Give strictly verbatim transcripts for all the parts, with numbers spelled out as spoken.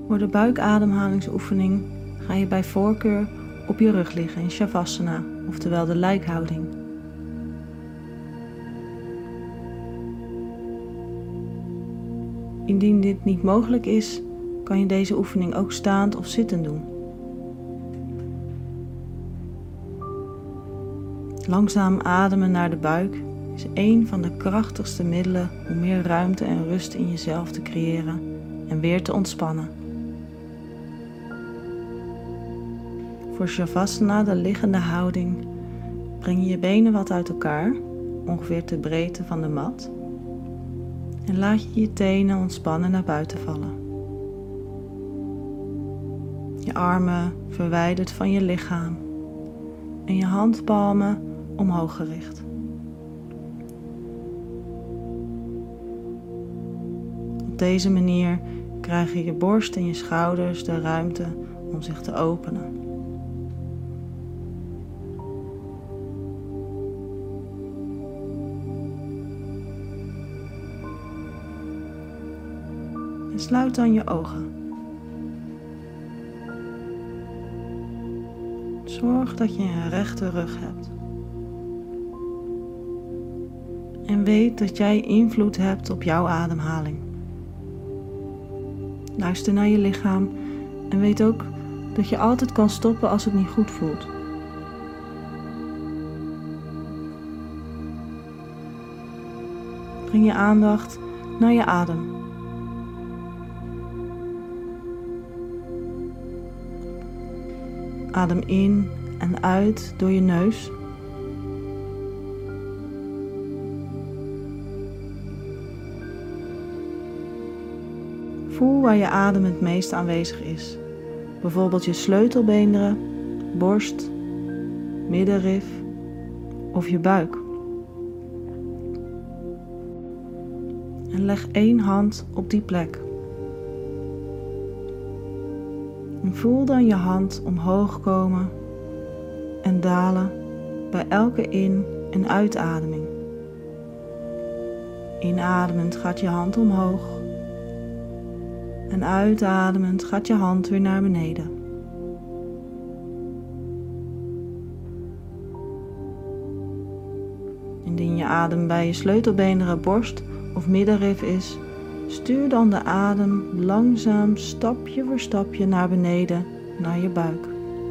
Voor de buikademhalingsoefening ga je bij voorkeur op je rug liggen in Shavasana, oftewel de lijkhouding. Indien dit niet mogelijk is, kan je deze oefening ook staand of zittend doen. Langzaam ademen naar de buik is een van de krachtigste middelen om meer ruimte en rust in jezelf te creëren en weer te ontspannen. Voor Shavasana, de liggende houding, breng je je benen wat uit elkaar, ongeveer de breedte van de mat, en laat je je tenen ontspannen naar buiten vallen. Je armen verwijderd van je lichaam en je handpalmen omhoog gericht. Op deze manier krijgen je borst en je schouders de ruimte om zich te openen. En sluit dan je ogen. Zorg dat je een rechte rug hebt. En weet dat jij invloed hebt op jouw ademhaling. Luister naar je lichaam en weet ook dat je altijd kan stoppen als het niet goed voelt. Breng je aandacht naar je adem. Adem in en uit door je neus. Voel waar je adem het meest aanwezig is. Bijvoorbeeld je sleutelbeenderen, borst, middenrif of je buik. En leg één hand op die plek. En voel dan je hand omhoog komen en dalen bij elke in- en uitademing. Inademend gaat je hand omhoog en uitademend gaat je hand weer naar beneden. Indien je adem bij je sleutelbeenderen, borst of middenrif is, stuur dan de adem langzaam stapje voor stapje naar beneden, naar je buik.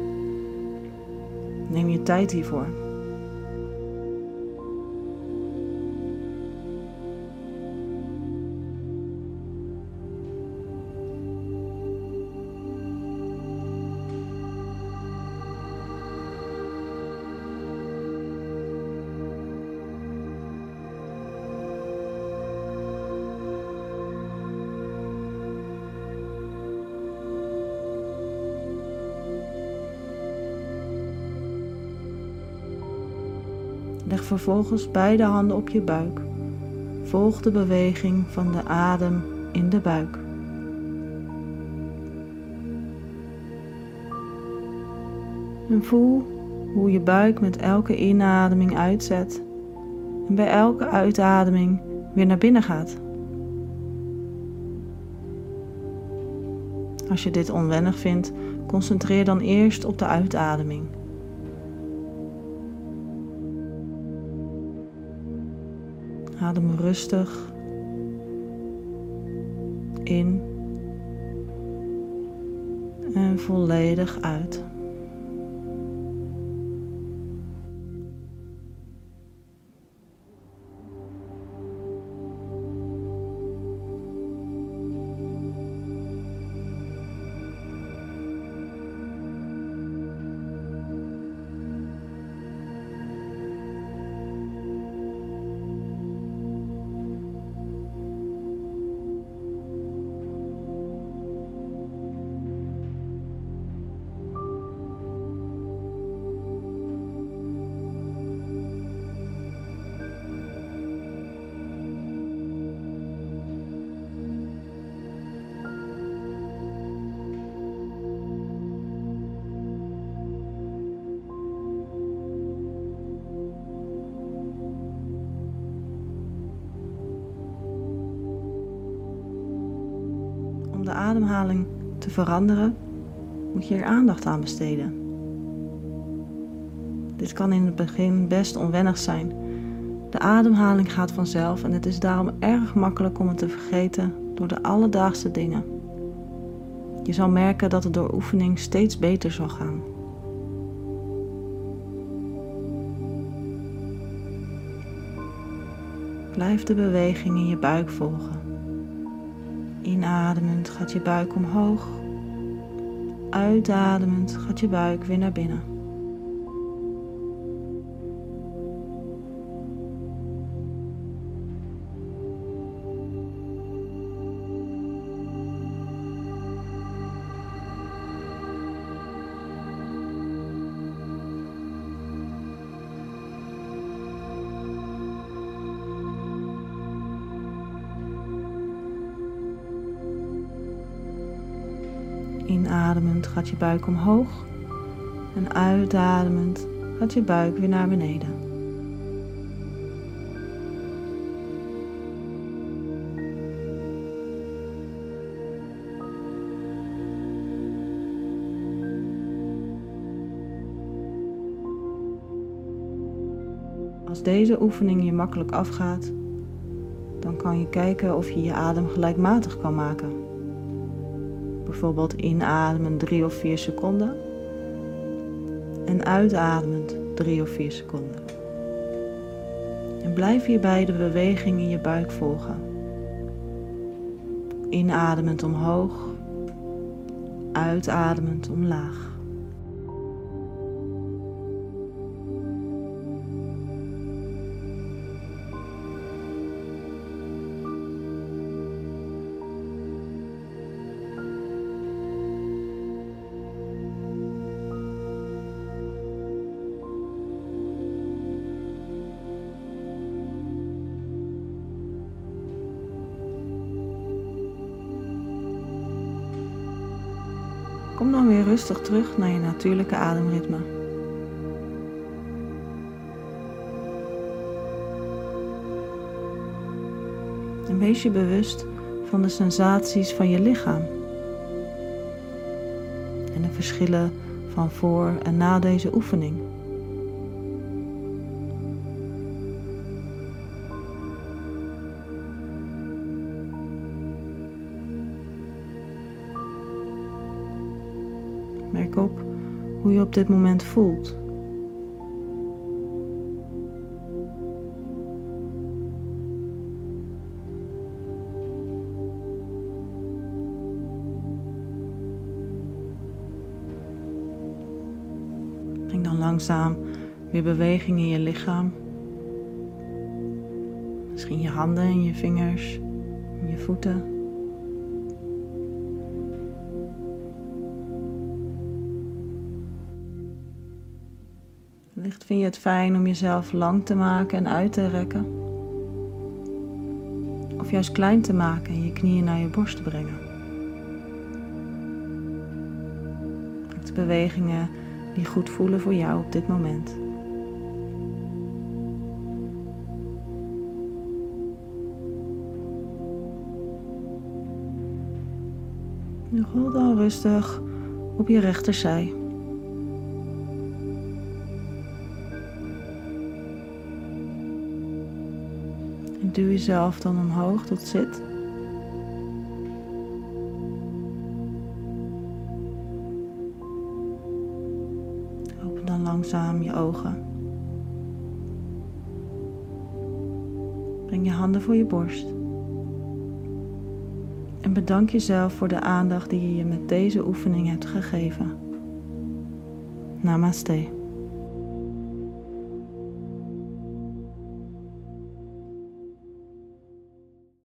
Neem je tijd hiervoor. Leg vervolgens beide handen op je buik. Volg de beweging van de adem in de buik. En voel hoe je buik met elke inademing uitzet en bij elke uitademing weer naar binnen gaat. Als je dit onwennig vindt, concentreer dan eerst op de uitademing. Adem rustig in en volledig uit. de ademhaling te veranderen, moet je er aandacht aan besteden. Dit kan in het begin best onwennig zijn. De ademhaling gaat vanzelf en het is daarom erg makkelijk om het te vergeten door de alledaagse dingen. Je zal merken dat het door oefening steeds beter zal gaan. Blijf de beweging in je buik volgen. Inademend gaat je buik omhoog. Uitademend gaat je buik weer naar binnen. Inademend gaat je buik omhoog en uitademend gaat je buik weer naar beneden. Als deze oefening je makkelijk afgaat, dan kan je kijken of je je adem gelijkmatig kan maken. Bijvoorbeeld inademend drie of vier seconden en uitademend drie of vier seconden. En blijf hierbij de beweging in je buik volgen. Inademend omhoog, uitademend omlaag. Kom dan weer rustig terug naar je natuurlijke ademritme. En wees je bewust van de sensaties van je lichaam. En de verschillen van voor en na deze oefening. Merk op hoe je op dit moment voelt. Breng dan langzaam weer beweging in je lichaam. Misschien je handen en je vingers, en je voeten. Wellicht vind je het fijn om jezelf lang te maken en uit te rekken. Of juist klein te maken en je knieën naar je borst te brengen. Maak de bewegingen die goed voelen voor jou op dit moment. Nu rol dan rustig op je rechterzij. En duw jezelf dan omhoog tot zit. Open dan langzaam je ogen. Breng je handen voor je borst. En bedank jezelf voor de aandacht die je je met deze oefening hebt gegeven. Namaste.